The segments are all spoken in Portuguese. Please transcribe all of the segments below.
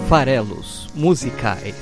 Farelos Musicais.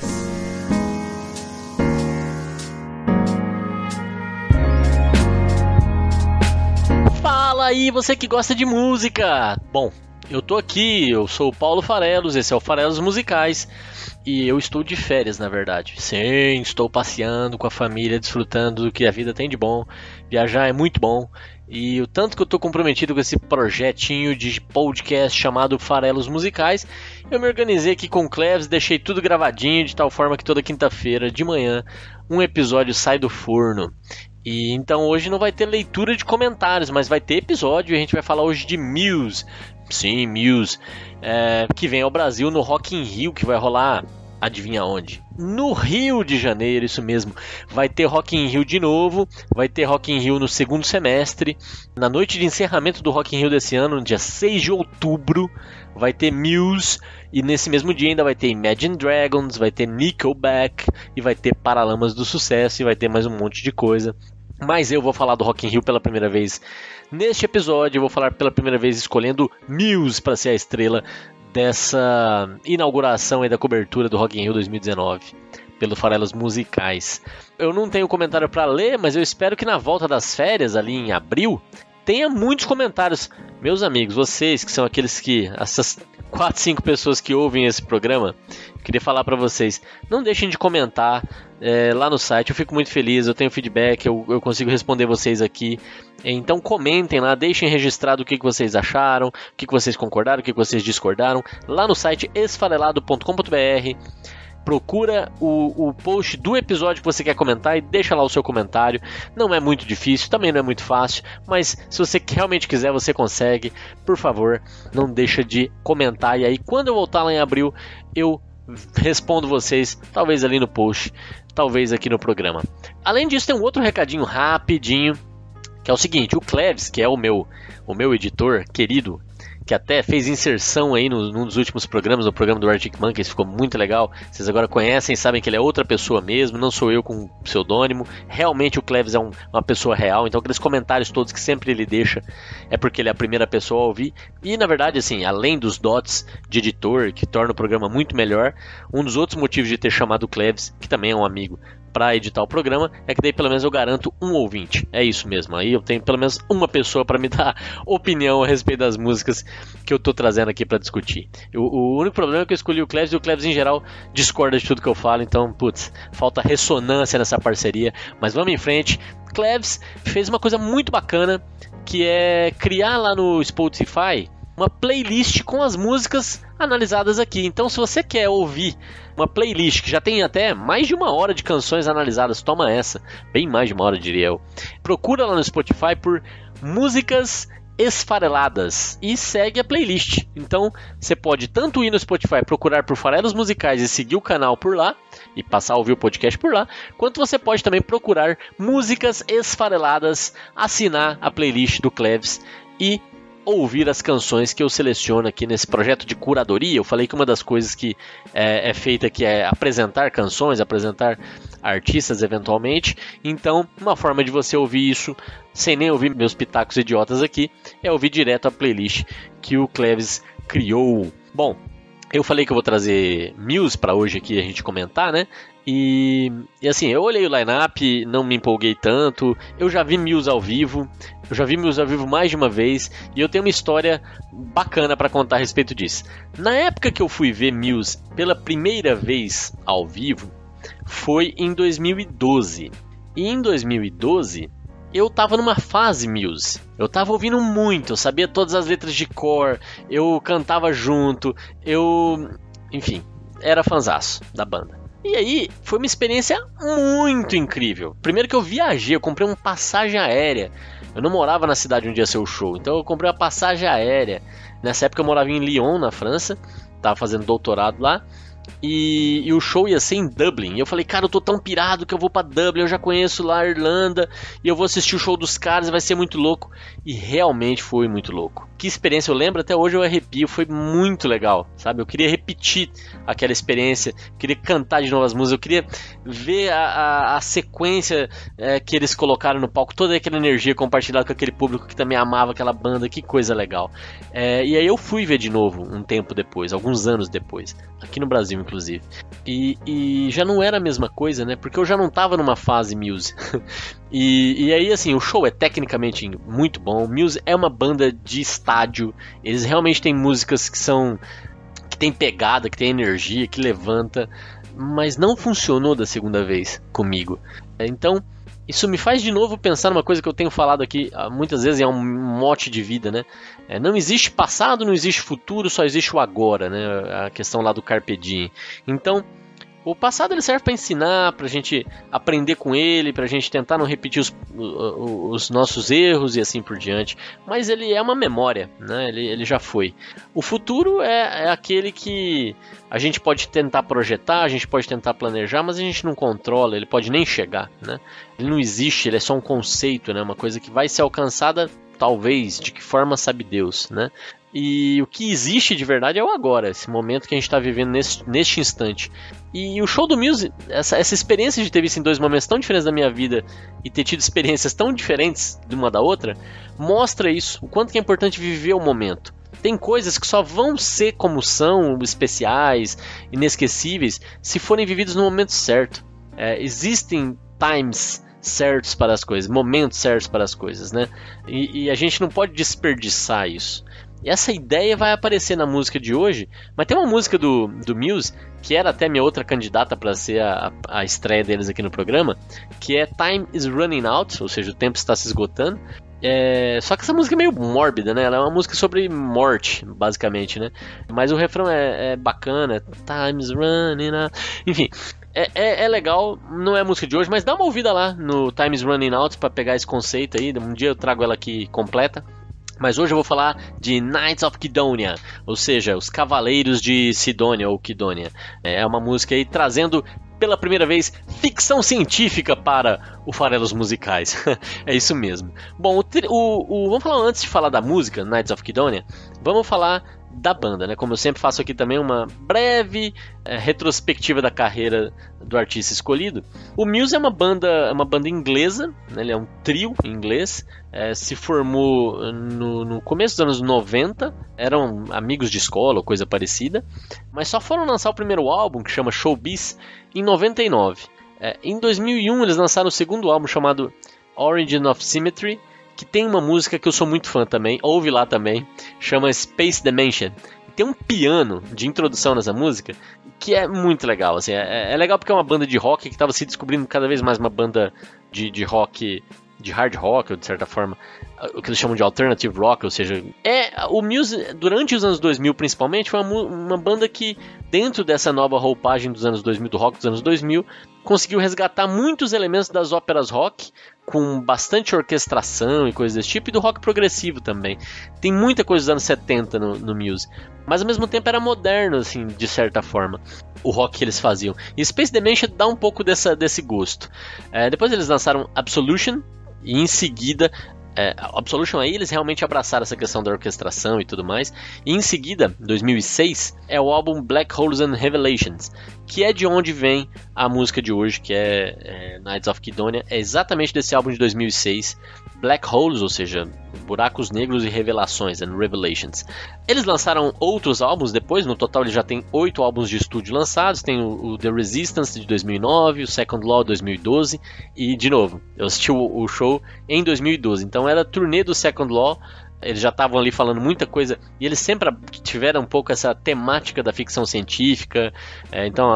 Fala aí, você que gosta de música! Bom, eu tô aqui, eu sou o Paulo Farelos, esse é o Farelos Musicais e eu estou de férias, na verdade. Sim, estou passeando com a família, desfrutando do que a vida tem de bom. Viajar é muito bom. E o tanto que eu tô comprometido com esse projetinho de podcast chamado Farelos Musicais, eu me organizei aqui com o Cleves, deixei tudo gravadinho de tal forma que toda quinta-feira de manhã um episódio sai do forno. E então hoje não vai ter leitura de comentários, mas vai ter episódio e a gente vai falar hoje de Muse. Sim, Muse, que vem ao Brasil no Rock in Rio, que vai rolar, adivinha onde? No Rio de Janeiro, isso mesmo. Vai ter Rock in Rio de novo, vai ter Rock in Rio no segundo semestre. Na noite de encerramento do Rock in Rio desse ano, no dia 6 de outubro, vai ter Muse. E nesse mesmo dia ainda vai ter Imagine Dragons, vai ter Nickelback, e vai ter Paralamas do Sucesso, e vai ter mais um monte de coisa. Mas eu vou falar do Rock in Rio pela primeira vez neste episódio. Eu vou falar pela primeira vez escolhendo Muse para ser a estrela dessa inauguração aí da cobertura do Rock in Rio 2019 pelo Farelos Musicais. Eu não tenho comentário para ler, mas eu espero que na volta das férias, ali em abril, tenha muitos comentários. Meus amigos, vocês que são aqueles que... essas 4, 5 pessoas que ouvem esse programa, eu queria falar para vocês, não deixem de comentar lá no site, eu fico muito feliz, eu tenho feedback, eu consigo responder vocês aqui. Então comentem lá, deixem registrado o que vocês acharam, o que vocês concordaram, o que vocês discordaram, lá no site esfarelado.com.br. Procura o post do episódio que você quer comentar e deixa lá o seu comentário. Não é muito difícil, também não é muito fácil, mas se você realmente quiser, você consegue. Por favor, não deixa de comentar. E aí, quando eu voltar lá em abril, eu respondo vocês, talvez ali no post, talvez aqui no programa. Além disso, tem um outro recadinho rapidinho, que é o seguinte: o Cleves, que é o meu editor querido, que até fez inserção aí num dos últimos programas, no programa do Arctic Monkeys, ficou muito legal. Vocês agora conhecem, sabem que ele é outra pessoa mesmo, não sou eu com pseudônimo. Realmente o Cleves é uma pessoa real, então aqueles comentários todos que sempre ele deixa é porque ele é a primeira pessoa a ouvir. E na verdade, assim, além dos dots de editor, que torna o programa muito melhor, um dos outros motivos de ter chamado o Cleves, que também é um amigo, para editar o programa, é que daí pelo menos eu garanto um ouvinte. É isso mesmo, aí eu tenho pelo menos uma pessoa para me dar opinião a respeito das músicas que eu tô trazendo aqui para discutir. O único problema é que eu escolhi o Cleves, e o Cleves em geral discorda de tudo que eu falo, então, putz, falta ressonância nessa parceria, mas vamos em frente. Cleves fez uma coisa muito bacana, que é criar lá no Spotify uma playlist com as músicas analisadas aqui. Então, se você quer ouvir uma playlist que já tem até mais de 1 hora de canções analisadas, toma essa, bem mais de 1 hora, diria eu. Procura lá no Spotify por músicas esfareladas e segue a playlist. Então, você pode tanto ir no Spotify, procurar por Farelos Musicais e seguir o canal por lá, e passar a ouvir o podcast por lá, quanto você pode também procurar músicas esfareladas, assinar a playlist do Cleves e ouvir as canções que eu seleciono aqui nesse projeto de curadoria. Eu falei que uma das coisas que é feita aqui é apresentar canções, apresentar artistas eventualmente. Então, uma forma de você ouvir isso sem nem ouvir meus pitacos idiotas aqui é ouvir direto a playlist que o Cleves criou. Bom, eu falei que eu vou trazer Muse para hoje aqui a gente comentar, né? E assim, eu olhei o line-up, não me empolguei tanto. Eu já vi Muse ao vivo, mais de uma vez, e eu tenho uma história bacana para contar a respeito disso. Na época que eu fui ver Muse pela primeira vez ao vivo, foi em 2012. E em 2012, eu tava numa fase Muse. Eu tava ouvindo muito, eu sabia todas as letras de cor, eu cantava junto, enfim, era fanzaço da banda. E aí, foi uma experiência muito incrível. Primeiro que eu viajei, eu comprei uma passagem aérea. Eu não morava na cidade onde ia ser o show, então eu comprei uma passagem aérea. Nessa época eu morava em Lyon, na França, estava fazendo doutorado lá. E o show ia ser em Dublin. E eu falei, cara, eu tô tão pirado que eu vou pra Dublin, eu já conheço lá a Irlanda, e eu vou assistir o show dos caras, vai ser muito louco. E realmente foi muito louco. Que experiência, eu lembro, até hoje eu arrepio, foi muito legal, sabe? Eu queria repetir aquela experiência, queria cantar de novo as músicas, eu queria ver a sequência que eles colocaram no palco, toda aquela energia compartilhada com aquele público que também amava aquela banda, que coisa legal. E aí eu fui ver de novo um tempo depois, alguns anos depois, aqui no Brasil inclusive, e já não era a mesma coisa, né? Porque eu já não tava numa fase Muse. E aí, assim, o show é tecnicamente muito bom. Muse é uma banda de estádio. Eles realmente têm músicas que tem pegada, que tem energia, que levanta. Mas não funcionou da segunda vez comigo. Então, isso me faz de novo pensar numa coisa que eu tenho falado aqui muitas vezes, é um mote de vida, né? Não existe passado, não existe futuro, só existe o agora, né? A questão lá do Carpe Diem. Então, o passado ele serve para ensinar, para a gente aprender com ele, para a gente tentar não repetir os nossos erros e assim por diante. Mas ele é uma memória, né? Ele já foi. O futuro é aquele que a gente pode tentar projetar, a gente pode tentar planejar, mas a gente não controla, ele pode nem chegar, né? Ele não existe, ele é só um conceito, né? Uma coisa que vai ser alcançada, talvez, de que forma sabe Deus, né? E o que existe de verdade é o agora, esse momento que a gente está vivendo neste instante. E o show do Muse, essa experiência de ter visto em dois momentos tão diferentes da minha vida e ter tido experiências tão diferentes de uma da outra, mostra isso, o quanto que é importante viver o momento. Tem coisas que só vão ser como são, especiais, inesquecíveis, se forem vividas no momento certo. Existem times certos para as coisas, momentos certos para as coisas, né? E a gente não pode desperdiçar isso. E essa ideia vai aparecer na música de hoje, mas tem uma música do Muse, que era até minha outra candidata para ser a estreia deles aqui no programa, que é Time is Running Out, ou seja, o tempo está se esgotando. Só que essa música é meio mórbida, né? Ela é uma música sobre morte, basicamente, né? Mas o refrão é bacana, Time is Running Out, enfim... É legal, não é a música de hoje, mas dá uma ouvida lá no Time is Running Out para pegar esse conceito aí, um dia eu trago ela aqui completa. Mas hoje eu vou falar de Knights of Kydonia, ou seja, os Cavaleiros de Sidônia ou Kydonia. É uma música aí trazendo pela primeira vez ficção científica para o Farelos Musicais. É isso mesmo. Bom, vamos falar antes de falar da música, Knights of Kydonia, vamos falar da banda, né? Como eu sempre faço aqui também uma breve retrospectiva da carreira do artista escolhido. O Muse é uma banda inglesa, né? Ele é um trio em inglês, se formou no começo dos anos 90, eram amigos de escola ou coisa parecida, mas só foram lançar o primeiro álbum, que chama Showbiz, em 99. Em 2001 eles lançaram o segundo álbum, chamado Origin of Symmetry, que tem uma música que eu sou muito fã também, ouve lá também, chama Space Dimension. Tem um piano de introdução nessa música que é muito legal, assim, é legal porque é uma banda de rock que estava se descobrindo cada vez mais uma banda de rock, de hard rock, ou de certa forma, o que eles chamam de alternative rock, ou seja, o Muse, durante os anos 2000 principalmente, foi uma banda que, dentro dessa nova roupagem dos anos 2000, do rock dos anos 2000, conseguiu resgatar muitos elementos das óperas rock, com bastante orquestração e coisas desse tipo, e do rock progressivo também. Tem muita coisa dos anos 70 no Muse, mas ao mesmo tempo era moderno, assim, de certa forma, o rock que eles faziam. E Space Dimension dá um pouco desse gosto. Depois eles lançaram Absolution, e em seguida... Absolution, aí eles realmente abraçaram essa questão da orquestração e tudo mais. E em seguida, 2006, é o álbum Black Holes and Revelations, que é de onde vem a música de hoje, que é Knights of Kydonia. É exatamente desse álbum de 2006, Black Holes, ou seja, buracos negros e revelações, and Revelations. Eles lançaram outros álbuns depois, no total eles já têm 8 álbuns de estúdio lançados. Tem o The Resistance de 2009, o Second Law de 2012, e de novo, eu assisti o show em 2012, então era a turnê do Second Law. Eles já estavam ali falando muita coisa, e eles sempre tiveram um pouco essa temática da ficção científica. Então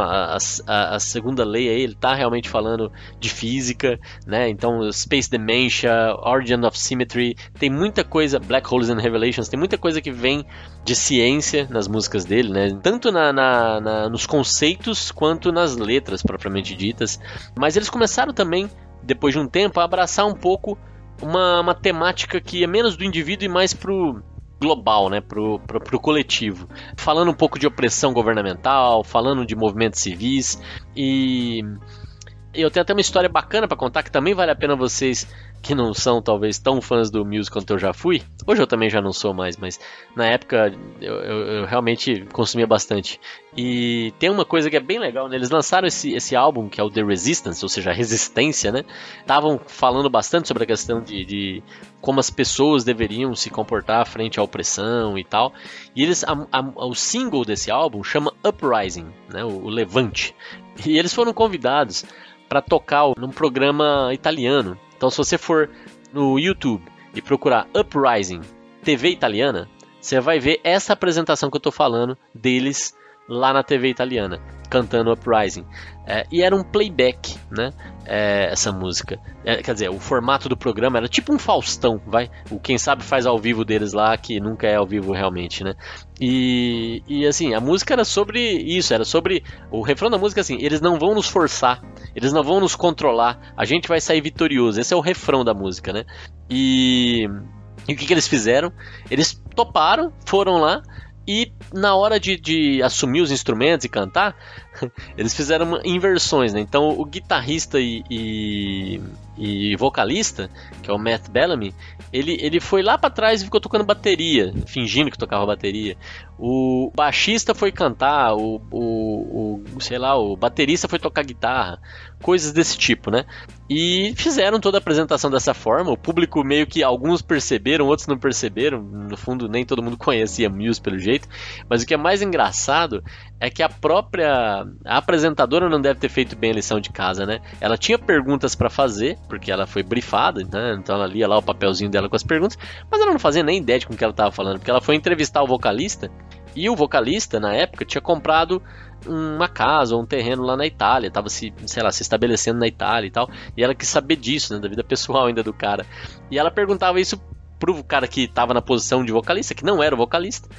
a segunda lei aí, ele está realmente falando de física, né? Então Space Dementia, Origin of Symmetry, tem muita coisa, Black Holes and Revelations, tem muita coisa que vem de ciência nas músicas dele, né? Tanto nos conceitos quanto nas letras propriamente ditas. Mas eles começaram também, depois de um tempo, a abraçar um pouco uma temática que é menos do indivíduo e mais pro global, né, pro coletivo. Falando um pouco de opressão governamental, falando de movimentos civis, e eu tenho até uma história bacana pra contar que também vale a pena vocês que não são talvez tão fãs do Muse quanto eu já fui. Hoje eu também já não sou mais, mas na época eu realmente consumia bastante. E tem uma coisa que é bem legal, né? Eles lançaram esse álbum que é o The Resistance, ou seja, a resistência, né? Estavam falando bastante sobre a questão de como as pessoas deveriam se comportar frente à opressão e tal. E eles, o single desse álbum chama Uprising, né? O Levante. E eles foram convidados para tocar num programa italiano. Então, se você for no YouTube e procurar Uprising TV italiana, você vai ver essa apresentação que eu tô falando deles lá na TV italiana, cantando Uprising. E era um playback, né? Essa música. Quer dizer, o formato do programa era tipo um Faustão, vai? O Quem Sabe Faz ao Vivo deles lá, que nunca é ao vivo realmente, né? E assim, a música era sobre isso, era sobre... O refrão da música assim, eles não vão nos forçar, eles não vão nos controlar, a gente vai sair vitorioso. Esse é o refrão da música, né? E o que eles fizeram? Eles toparam, foram lá, e na hora de assumir os instrumentos e cantar, eles fizeram inversões, né? Então o guitarrista e vocalista, que é o Matt Bellamy, ele foi lá pra trás e ficou tocando bateria, fingindo que tocava bateria. O baixista foi cantar, sei lá, o baterista foi tocar guitarra, coisas desse tipo, né? E fizeram toda a apresentação dessa forma. O público meio que alguns perceberam, outros não perceberam. No fundo, nem todo mundo conhecia Muse pelo jeito. Mas o que é mais engraçado é que a apresentadora não deve ter feito bem a lição de casa, né? Ela tinha perguntas pra fazer, porque ela foi brifada, né? Então ela lia lá o papelzinho dela com as perguntas, mas ela não fazia nem ideia de com o que ela estava falando, porque ela foi entrevistar o vocalista, e o vocalista, na época, tinha comprado uma casa ou um terreno lá na Itália, estava se estabelecendo na Itália e tal, e ela quis saber disso, né? Da vida pessoal ainda do cara. E ela perguntava isso pro cara que estava na posição de vocalista, que não era o vocalista,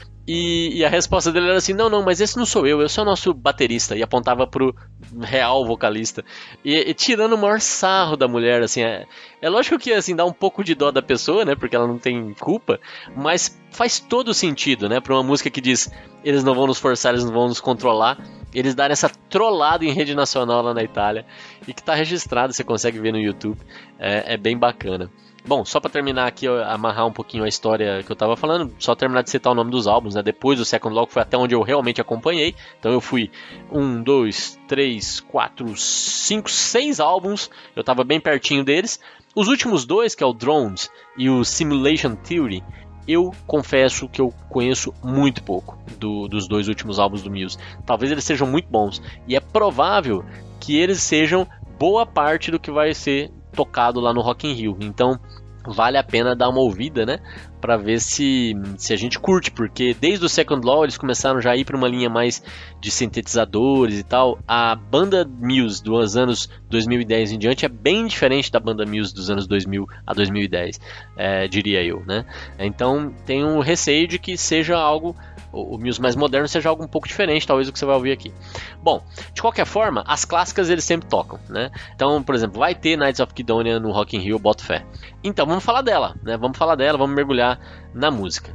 e a resposta dele era assim, não, mas esse não sou eu sou o nosso baterista, e apontava pro real vocalista, e tirando o maior sarro da mulher, assim, é lógico que, assim, dá um pouco de dó da pessoa, né, porque ela não tem culpa, mas faz todo sentido, né, pra uma música que diz, eles não vão nos forçar, eles não vão nos controlar, eles darem essa trollada em rede nacional lá na Itália, e que tá registrado, você consegue ver no YouTube, é bem bacana. Bom, só pra terminar aqui, amarrar um pouquinho a história que eu tava falando, só terminar de citar o nome dos álbuns, né? Depois do Second Law foi até onde eu realmente acompanhei. Então eu fui 1, 2, 3, 4, 5, 6 álbuns, eu tava bem pertinho deles. Os últimos dois, que é o Drones e o Simulation Theory, eu confesso que eu conheço muito pouco dos dois últimos álbuns do Muse. Talvez eles sejam muito bons, e é provável que eles sejam boa parte do que vai ser tocado lá no Rock in Rio. Então vale a pena dar uma ouvida, né, para ver se a gente curte, porque desde o Second Law eles começaram já a ir para uma linha mais de sintetizadores e tal. A banda Muse dos anos 2010 em diante é bem diferente da banda Muse dos anos 2000 a 2010, diria eu, né? Então tem um receio de que seja algo, o Muse mais moderno seja algo um pouco diferente, talvez, do que você vai ouvir aqui. Bom, de qualquer forma, as clássicas eles sempre tocam, né? Então, por exemplo, vai ter Knights of Kidonia no Rock in Rio, boto fé. Então, vamos falar dela, né? Vamos mergulhar na música.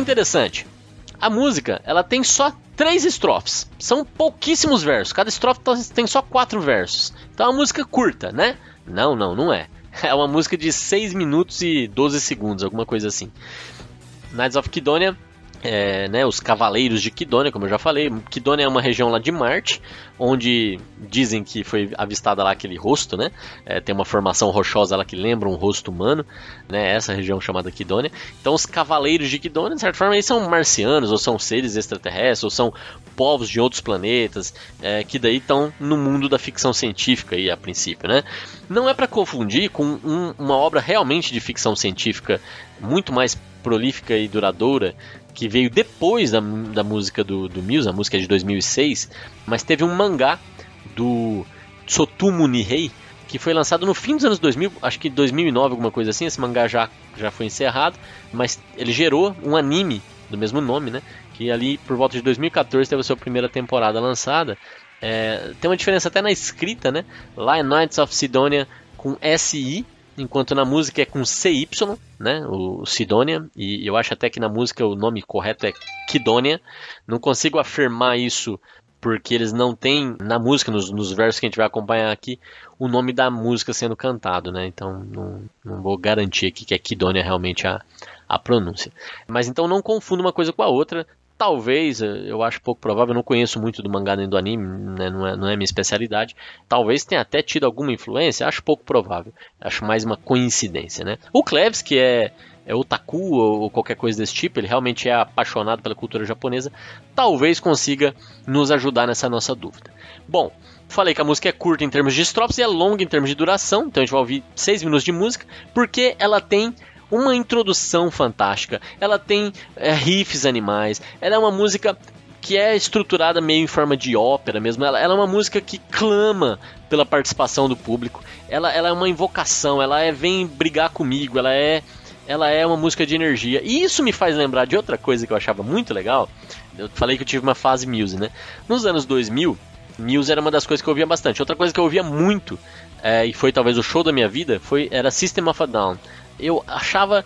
interessante? A música, ela tem só 3 estrofes. São pouquíssimos versos. Cada estrofe tem só 4 versos. Então é uma música curta, né? Não é. É uma música de 6 minutos e 12 segundos, alguma coisa assim. Knights of Kydonia, os Cavaleiros de Kydonia, como eu já falei. Kydonia é uma região lá de Marte, onde dizem que foi avistada lá aquele rosto, né? Tem uma formação rochosa lá que lembra um rosto humano, né? Essa região chamada Kydonia. Então os Cavaleiros de Kydonia, de certa forma, eles são marcianos, ou são seres extraterrestres, ou são povos de outros planetas, que daí estão no mundo da ficção científica aí, a princípio, né? Não é para confundir com uma obra realmente de ficção científica muito mais prolífica e duradoura, que veio depois da música do Muse. A música é de 2006, mas teve um mangá do Tsutomu Nihei, que foi lançado no fim dos anos 2000, acho que 2009, alguma coisa assim. Esse mangá já foi encerrado, mas ele gerou um anime do mesmo nome, né? Que ali, por volta de 2014, teve a sua primeira temporada lançada. Tem uma diferença até na escrita, né? Lá é Knights of Sidonia com SI, enquanto na música é com CY, né, o Sidonia, e eu acho até que na música o nome correto é Kydonia. Não consigo afirmar isso porque eles não têm na música, nos versos que a gente vai acompanhar aqui, o nome da música sendo cantado, né? Então não vou garantir aqui que é Kydonia realmente a pronúncia. Mas então não confunda uma coisa com a outra. Talvez, eu acho pouco provável, eu não conheço muito do mangá nem do anime, né, não é minha especialidade. Talvez tenha até tido alguma influência, acho pouco provável. Acho mais uma coincidência, né? O Cleves, que é otaku ou qualquer coisa desse tipo, ele realmente é apaixonado pela cultura japonesa, talvez consiga nos ajudar nessa nossa dúvida. Bom, falei que a música é curta em termos de estrofes e é longa em termos de duração, então a gente vai ouvir 6 minutos de música, porque ela tem uma introdução fantástica, ela tem riffs animais, ela é uma música que é estruturada meio em forma de ópera mesmo, ela é uma música que clama pela participação do público, ela é uma invocação, ela vem brigar comigo, ela é uma música de energia, e isso me faz lembrar de outra coisa que eu achava muito legal. Eu falei que eu tive uma fase Muse, né? Nos anos 2000, Muse era uma das coisas que eu ouvia bastante. Outra coisa que eu ouvia muito, e foi talvez o show da minha vida, era System of a Down. Eu achava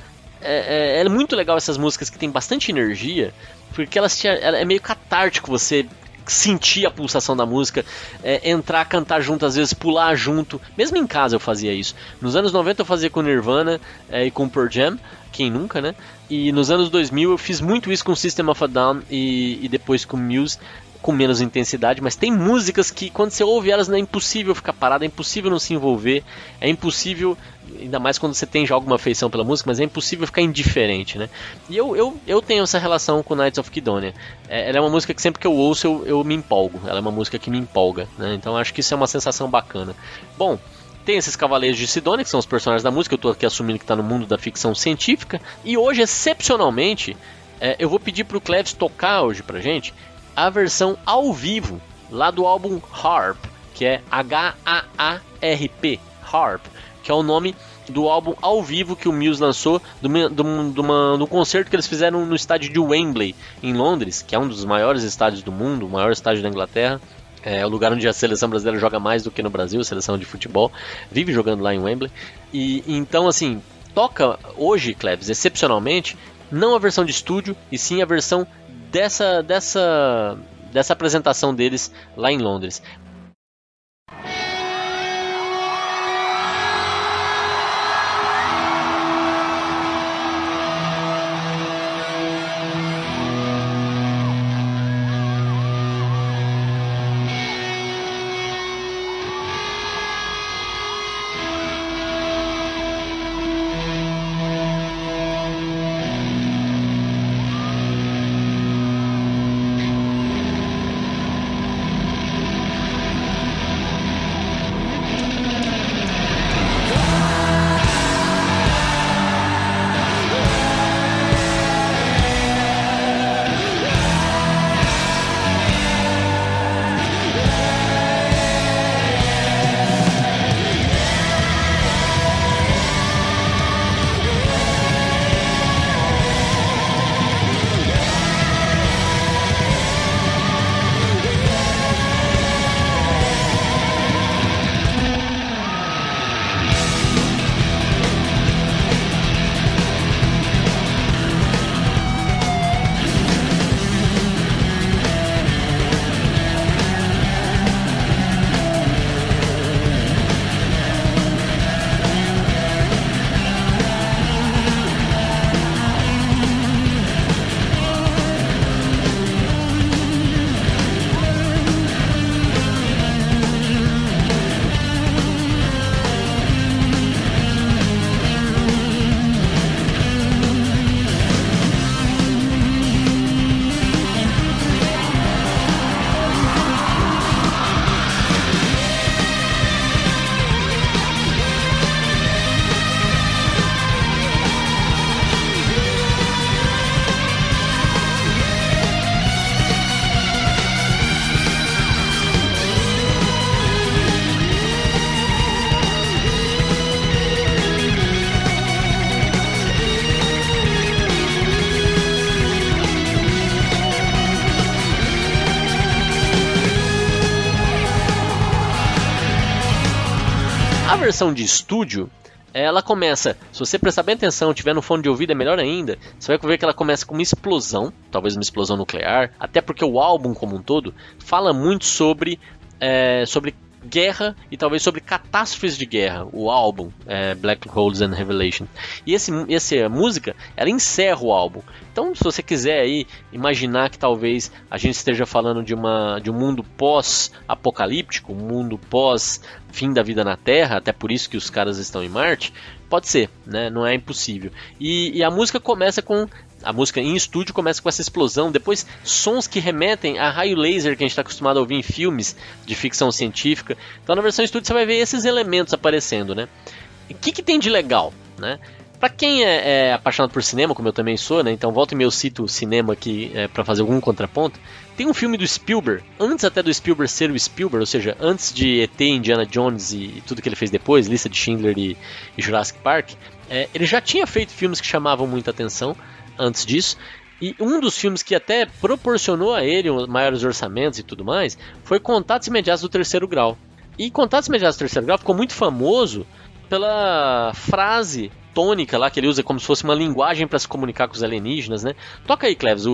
é muito legal essas músicas que tem bastante energia, porque ela é meio catártico você sentir a pulsação da música, entrar, cantar junto, às vezes pular junto. Mesmo em casa eu fazia isso. Nos anos 90 eu fazia com Nirvana e com Pearl Jam, quem nunca, né? E nos anos 2000 eu fiz muito isso com System of a Down e depois com Muse, com menos intensidade, mas tem músicas que quando você ouve elas é impossível ficar parado, é impossível não se envolver, é impossível, ainda mais quando você tem já alguma afeição pela música, mas é impossível ficar indiferente, né? E eu tenho essa relação com Knights of Kydonia. Ela é uma música que sempre que eu ouço eu me empolgo, ela é uma música que me empolga, né? Então acho que isso é uma sensação bacana. Bom, tem esses Cavaleiros de Sidonia, que são os personagens da música, eu estou aqui assumindo que está no mundo da ficção científica, e hoje, excepcionalmente, eu vou pedir para o Cleves tocar hoje pra gente a versão ao vivo, lá do álbum Harp, que é H-A-A-R-P, Harp, que é o nome do álbum ao vivo que o Muse lançou do concerto que eles fizeram no estádio de Wembley, em Londres, que é um dos maiores estádios do mundo, o maior estádio da Inglaterra. É o lugar onde a seleção brasileira joga mais do que no Brasil, a seleção de futebol, vive jogando lá em Wembley. E então, assim, toca hoje, Cleves, excepcionalmente, não a versão de estúdio, e sim a versão dessa apresentação deles lá em Londres. A versão de estúdio, ela começa, se você prestar bem atenção, tiver no fone de ouvido é melhor ainda, você vai ver que ela começa com uma explosão, talvez uma explosão nuclear, até porque o álbum como um todo fala muito sobre guerra e talvez sobre catástrofes de guerra, o álbum Black Holes and Revelation. E essa música, ela encerra o álbum. Então, se você quiser aí imaginar que talvez a gente esteja falando de um mundo pós-apocalíptico, um mundo pós-fim da vida na Terra, até por isso que os caras estão em Marte, pode ser, né? Não é impossível. E a música começa com... A música em estúdio começa com essa explosão, depois sons que remetem a raio laser que a gente está acostumado a ouvir em filmes de ficção científica. Então na versão em estúdio você vai ver esses elementos aparecendo, né? E o que tem de legal, né? Para quem é apaixonado por cinema, como eu também sou, né? Então volta e meia eu cito o cinema aqui para fazer algum contraponto. Tem um filme do Spielberg, antes até do Spielberg ser o Spielberg, ou seja, antes de E.T., Indiana Jones e tudo que ele fez depois, Lista de Schindler e Jurassic Park, ele já tinha feito filmes que chamavam muita atenção antes disso, e um dos filmes que até proporcionou a ele maiores orçamentos e tudo mais, foi Contatos Imediatos do Terceiro Grau. E Contatos Imediatos do Terceiro Grau ficou muito famoso pela frase tônica lá, que ele usa como se fosse uma linguagem para se comunicar com os alienígenas, né? Toca aí, Cleves,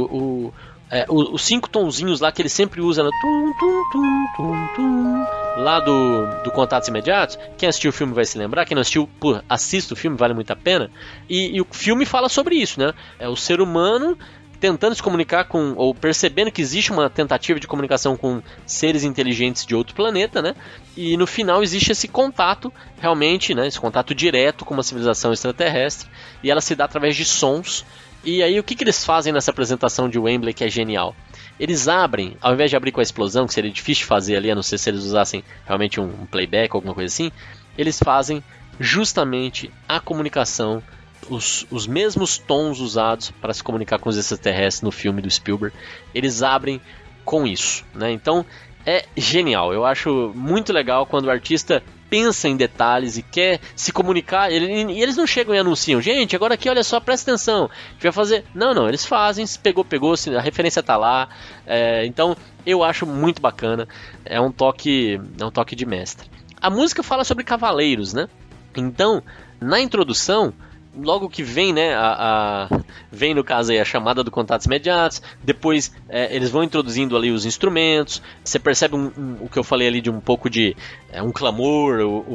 os 5 tonzinhos lá que ele sempre usa no tum, tum, tum, tum, tum, lá do Contatos Imediatos. Quem assistiu o filme vai se lembrar, quem não assistiu, assista o filme, vale muito a pena. E o filme fala sobre isso, né? É o ser humano tentando se comunicar com, ou percebendo que existe uma tentativa de comunicação com seres inteligentes de outro planeta, né? E no final existe esse contato, realmente, né? Esse contato direto com uma civilização extraterrestre, e ela se dá através de sons. E aí o que eles fazem nessa apresentação de Wembley que é genial? Eles abrem, ao invés de abrir com a explosão, que seria difícil de fazer ali, a não ser se eles usassem realmente um playback ou alguma coisa assim, eles fazem justamente a comunicação, os mesmos tons usados para se comunicar com os extraterrestres no filme do Spielberg, eles abrem com isso, né? Então é genial, eu acho muito legal quando o artista pensa em detalhes e quer se comunicar, e eles não chegam e anunciam, gente, agora aqui, olha só, presta atenção, a gente vai fazer, não, eles fazem, se pegou, a referência tá lá, então eu acho muito bacana, é um toque de mestre. A música fala sobre cavaleiros, né? Então, na introdução, logo que vem, né, vem no caso aí a chamada do Contatos Imediatos, depois eles vão introduzindo ali os instrumentos, você percebe o que eu falei ali de um pouco de um clamor,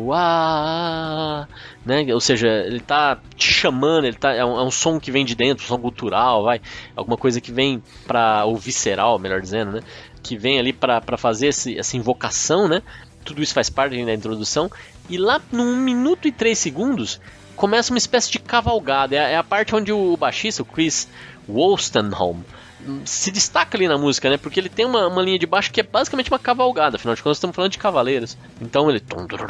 né, ou seja, ele tá te chamando, é um som que vem de dentro, um som cultural, alguma coisa que vem ou visceral, melhor dizendo, né, que vem ali para fazer essa invocação, né, tudo isso faz parte da introdução, e lá no 1 minuto e 3 segundos começa uma espécie de cavalgada. É a parte onde o baixista, o Chris Wolstenholme, se destaca ali na música, né? Porque ele tem uma linha de baixo que é basicamente uma cavalgada. Afinal de contas, estamos falando de cavaleiros. Então ele...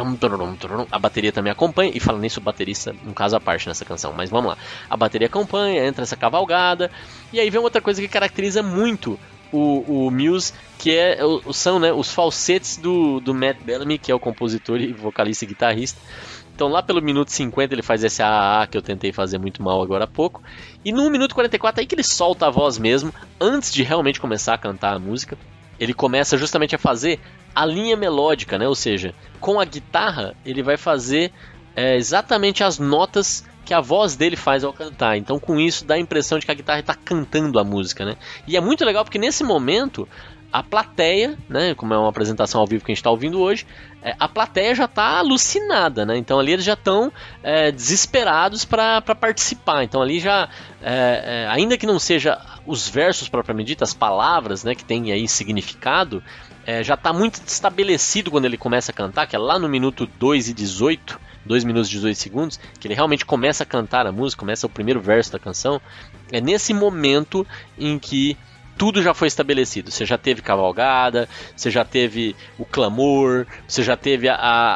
A bateria também acompanha. E falando nisso, o baterista, um caso à parte nessa canção. Mas vamos lá. A bateria acompanha, entra essa cavalgada. E aí vem outra coisa que caracteriza muito o Muse, que são, né, os falsetes do Matt Bellamy, que é o compositor e vocalista e guitarrista. Então lá pelo minuto 50 ele faz esse AAA que eu tentei fazer muito mal agora há pouco. E no minuto 44 aí que ele solta a voz mesmo, antes de realmente começar a cantar a música. Ele começa justamente a fazer a linha melódica, né? Ou seja, com a guitarra ele vai fazer exatamente as notas que a voz dele faz ao cantar. Então com isso dá a impressão de que a guitarra está cantando a música, né? E é muito legal porque nesse momento a plateia, né, como é uma apresentação ao vivo que a gente está ouvindo hoje, a plateia já está alucinada, né? Então ali eles já estão desesperados para participar. Então ali já, ainda que não seja os versos propriamente dito, as palavras, né, que tem aí significado, já está muito estabelecido quando ele começa a cantar, que é lá no minuto 2 minutos e 18 segundos, que ele realmente começa a cantar a música, começa o primeiro verso da canção. É nesse momento em que tudo já foi estabelecido. Você já teve cavalgada, você já teve o clamor, você já teve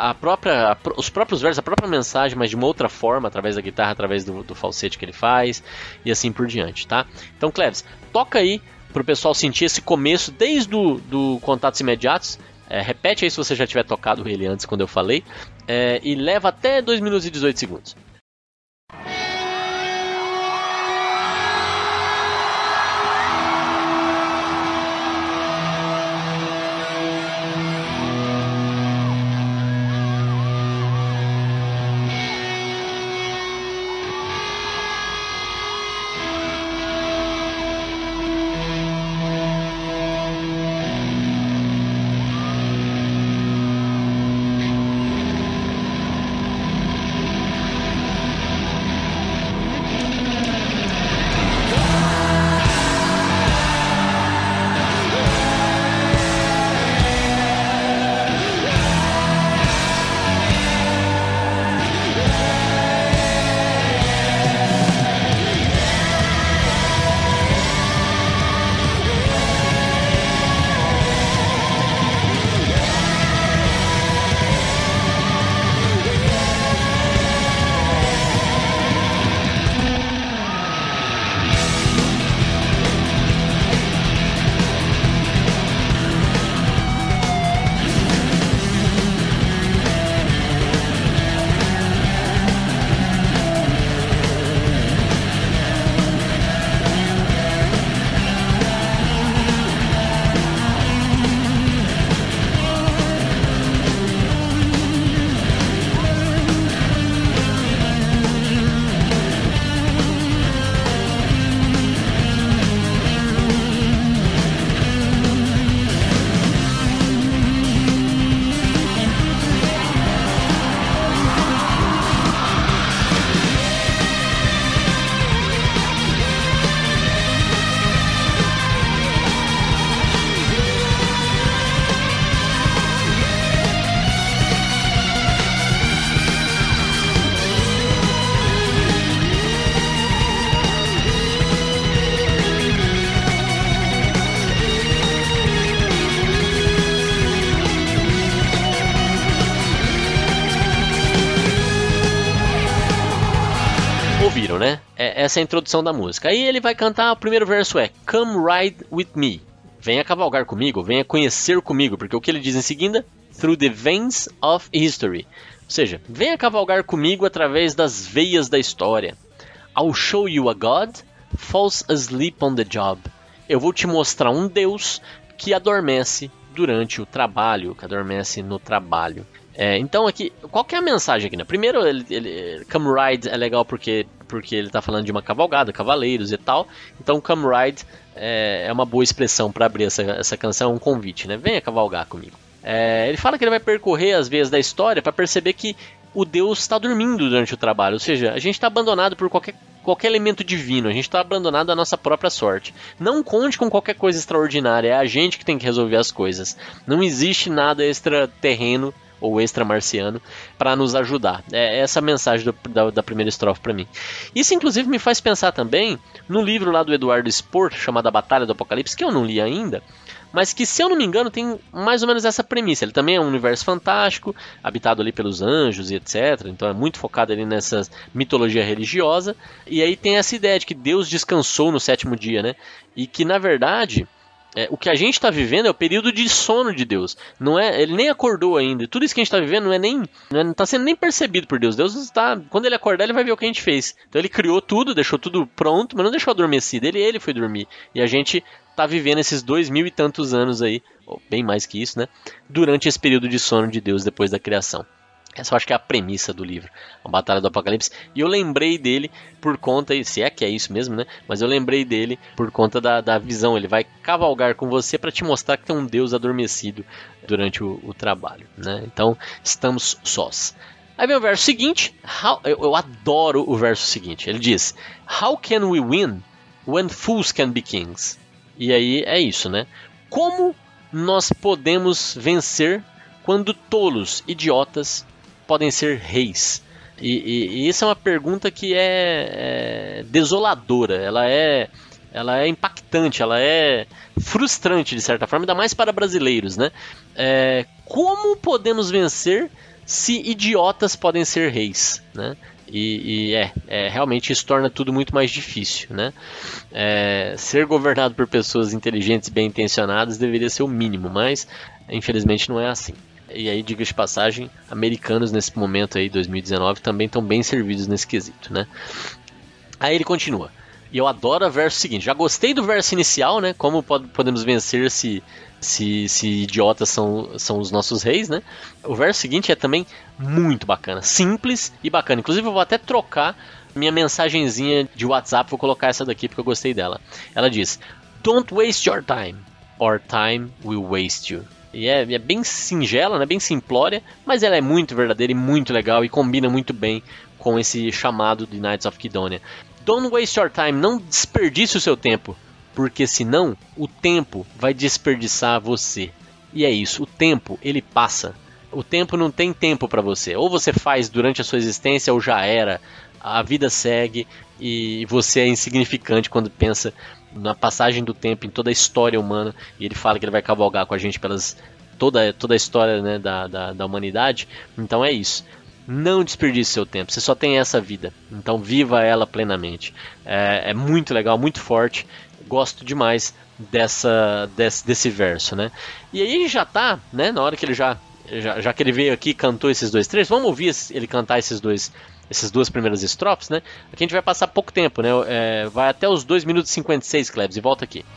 os próprios versos, a própria mensagem, mas de uma outra forma, através da guitarra, através do falsete que ele faz, e assim por diante, tá? Então, Cleves, toca aí pro pessoal sentir esse começo desde do Contatos Imediatos. Repete aí se você já tiver tocado ele antes, quando eu falei, e leva até 2 minutos e 18 segundos. ouviram, né? Essa é a introdução da música. Aí ele vai cantar, o primeiro verso é Come ride with me. Venha cavalgar comigo, venha conhecer comigo, porque o que ele diz em seguida? Through the veins of history. Ou seja, venha cavalgar comigo através das veias da história. I'll show you a God, falls asleep on the job. Eu vou te mostrar um Deus que adormece durante o trabalho, que adormece no trabalho. Então aqui, qual que é a mensagem aqui, né? Primeiro, Come Ride é legal porque ele está falando de uma cavalgada, cavaleiros e tal. Então Come Ride é uma boa expressão para abrir essa canção, um convite, né? Venha cavalgar comigo. Ele fala que ele vai percorrer as veias da história para perceber que o Deus está dormindo durante o trabalho. Ou seja, a gente está abandonado por qualquer elemento divino, a gente está abandonado à nossa própria sorte. Não conte com qualquer coisa extraordinária, é a gente que tem que resolver as coisas. Não existe nada extraterreno ou extramarciano para nos ajudar. É essa a mensagem da primeira estrofe para mim. Isso inclusive me faz pensar também no livro lá do Eduardo Spor, chamado A Batalha do Apocalipse, que eu não li ainda, mas que, se eu não me engano, tem mais ou menos essa premissa. Ele também é um universo fantástico, habitado ali pelos anjos e etc. Então é muito focado ali nessa mitologia religiosa. E aí tem essa ideia de que Deus descansou no sétimo dia, né? E que, na verdade, o que a gente está vivendo é o período de sono de Deus. Ele nem acordou ainda. Tudo isso que a gente está vivendo não está sendo nem percebido por Deus. Quando ele acordar, ele vai ver o que a gente fez. Então ele criou tudo, deixou tudo pronto, mas não deixou adormecido. Ele foi dormir. E a gente está vivendo esses 2000 e tantos anos aí, ou bem mais que isso, né? Durante esse período de sono de Deus depois da criação. Essa eu acho que é a premissa do livro, A Batalha do Apocalipse. E eu lembrei dele por conta, se é que é isso mesmo, né? Mas eu lembrei dele por conta da visão. Ele vai cavalgar com você para te mostrar que tem um Deus adormecido durante o trabalho, né? Então, estamos sós. Aí vem o verso seguinte. Eu adoro o verso seguinte. Ele diz: How can we win when fools can be kings? E aí é isso, né? Como nós podemos vencer quando tolos, idiotas, podem ser reis? E isso é uma pergunta que é desoladora, ela é impactante, ela é frustrante de certa forma, ainda mais para brasileiros, né? Como podemos vencer se idiotas podem ser reis, né? E realmente isso torna tudo muito mais difícil, né? Ser governado por pessoas inteligentes e bem intencionadas deveria ser o mínimo, mas infelizmente não é assim. E aí, diga de passagem, americanos nesse momento aí, 2019, também estão bem servidos nesse quesito, né? Aí ele continua. E eu adoro o verso seguinte. Já gostei do verso inicial, né? Como podemos vencer se idiotas são os nossos reis, né? O verso seguinte é também muito bacana, simples e bacana. Inclusive eu vou até trocar minha mensagenzinha de WhatsApp, vou colocar essa daqui porque eu gostei dela. Ela diz: Don't waste your time, or time will waste you. E é bem singela, né? Bem simplória, mas ela é muito verdadeira e muito legal e combina muito bem com esse chamado de Knights of Kydonia. Don't waste your time, não desperdice o seu tempo, porque senão o tempo vai desperdiçar você. E é isso, o tempo, ele passa. O tempo não tem tempo para você. Ou você faz durante a sua existência ou já era. A vida segue e você é insignificante quando pensa na passagem do tempo, em toda a história humana. E ele fala que ele vai cavalgar com a gente pelas toda a história, né, da humanidade. Então é isso. Não desperdice seu tempo, você só tem essa vida, então viva ela plenamente. É muito legal, muito forte, gosto demais desse verso, né? E aí já tá, né, na hora que ele já que ele veio aqui e cantou esses dois trechos, vamos ouvir ele cantar essas duas primeiras estrofes, né? Aqui a gente vai passar pouco tempo, né? Vai até os 2 minutos e 56, Klebs, e volta aqui.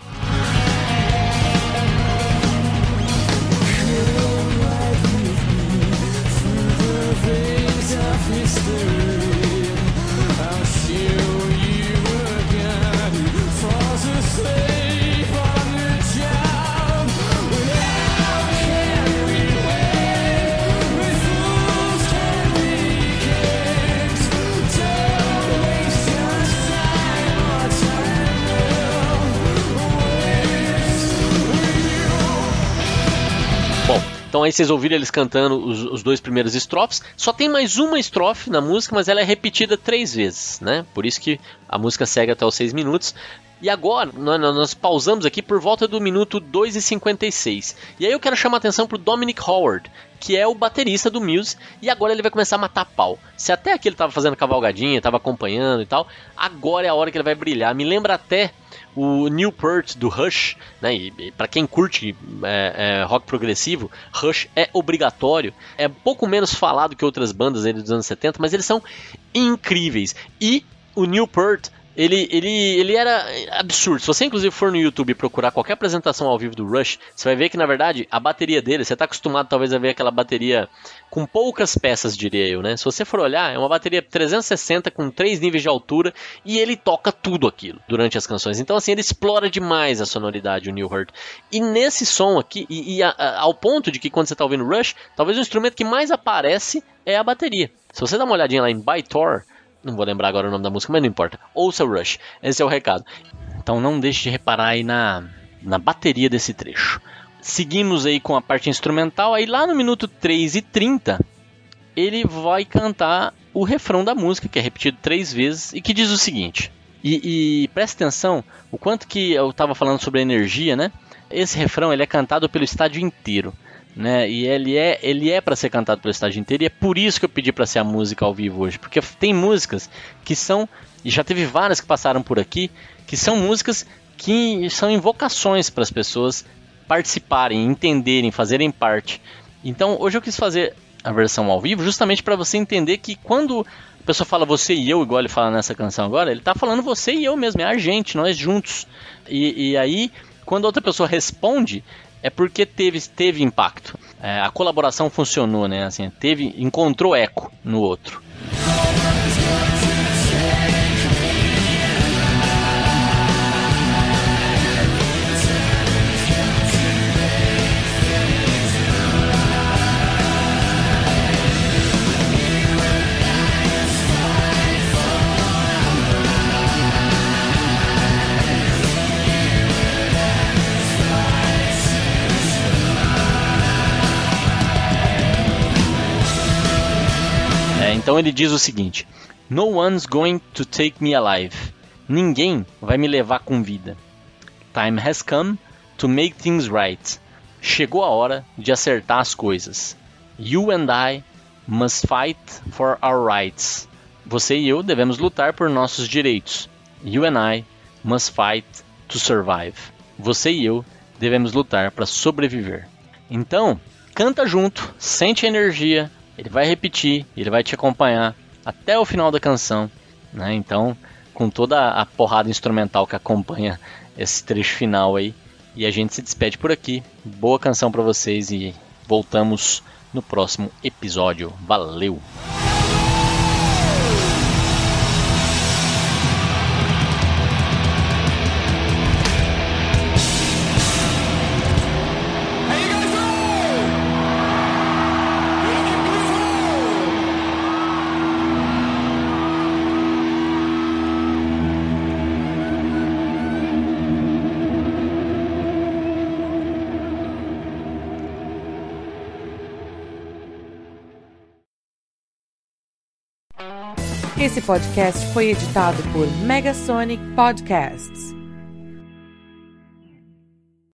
Então aí vocês ouviram eles cantando os dois primeiros estrofes. Só tem mais uma estrofe na música, mas ela é repetida 3 vezes, né? Por isso que a música segue até os 6 minutos. E agora, nós pausamos aqui por volta do minuto 2:56. E aí eu quero chamar a atenção pro Dominic Howard, que é o baterista do Muse, e agora ele vai começar a matar pau. Se até aqui ele tava fazendo cavalgadinha, tava acompanhando e tal, agora é a hora que ele vai brilhar. Me lembra até o Neil Peart do Rush, né? E para quem curte rock progressivo, Rush é obrigatório. É pouco menos falado que outras bandas aí dos anos 70, mas eles são incríveis. E o Neil Peart, ele era absurdo. Se você inclusive for no YouTube e procurar qualquer apresentação ao vivo do Rush, você vai ver que na verdade a bateria dele, você está acostumado talvez a ver aquela bateria com poucas peças, diria eu, né? Se você for olhar, é uma bateria 360 com 3 níveis de altura e ele toca tudo aquilo durante as canções. Então assim, ele explora demais a sonoridade, o Neil Peart. E nesse som aqui, ao ponto de que quando você está ouvindo Rush, talvez o instrumento que mais aparece é a bateria. Se você dá uma olhadinha lá em By Thor, não vou lembrar agora o nome da música, mas não importa. Ouça o Rush, esse é o recado. Então não deixe de reparar aí na bateria desse trecho. Seguimos aí com a parte instrumental, aí lá no minuto 3:30, ele vai cantar o refrão da música, que é repetido 3 vezes, e que diz o seguinte. E preste atenção, o quanto que eu estava falando sobre a energia, né? Esse refrão ele é cantado pelo estádio inteiro, né? E ele é para ser cantado pelo estádio inteiro, e é por isso que eu pedi para ser a música ao vivo hoje, porque tem músicas que são, e já teve várias que passaram por aqui, que são músicas que são invocações para as pessoas participarem, entenderem, fazerem parte. Então hoje eu quis fazer a versão ao vivo justamente para você entender que quando a pessoa fala você e eu, igual ele fala nessa canção agora, ele está falando você e eu mesmo, é a gente, nós juntos. E aí quando outra pessoa responde, é porque teve impacto. A colaboração funcionou, né? Assim, encontrou eco no outro. Então ele diz o seguinte: No one's going to take me alive. Ninguém vai me levar com vida. Time has come to make things right. Chegou a hora de acertar as coisas. You and I must fight for our rights. Você e eu devemos lutar por nossos direitos. You and I must fight to survive. Você e eu devemos lutar para sobreviver. Então, canta junto, sente a energia. Ele vai repetir, ele vai te acompanhar até o final da canção, né? Então, com toda a porrada instrumental que acompanha esse trecho final aí. E a gente se despede por aqui. Boa canção pra vocês e voltamos no próximo episódio. Valeu! Esse podcast foi editado por Megasonic Podcasts.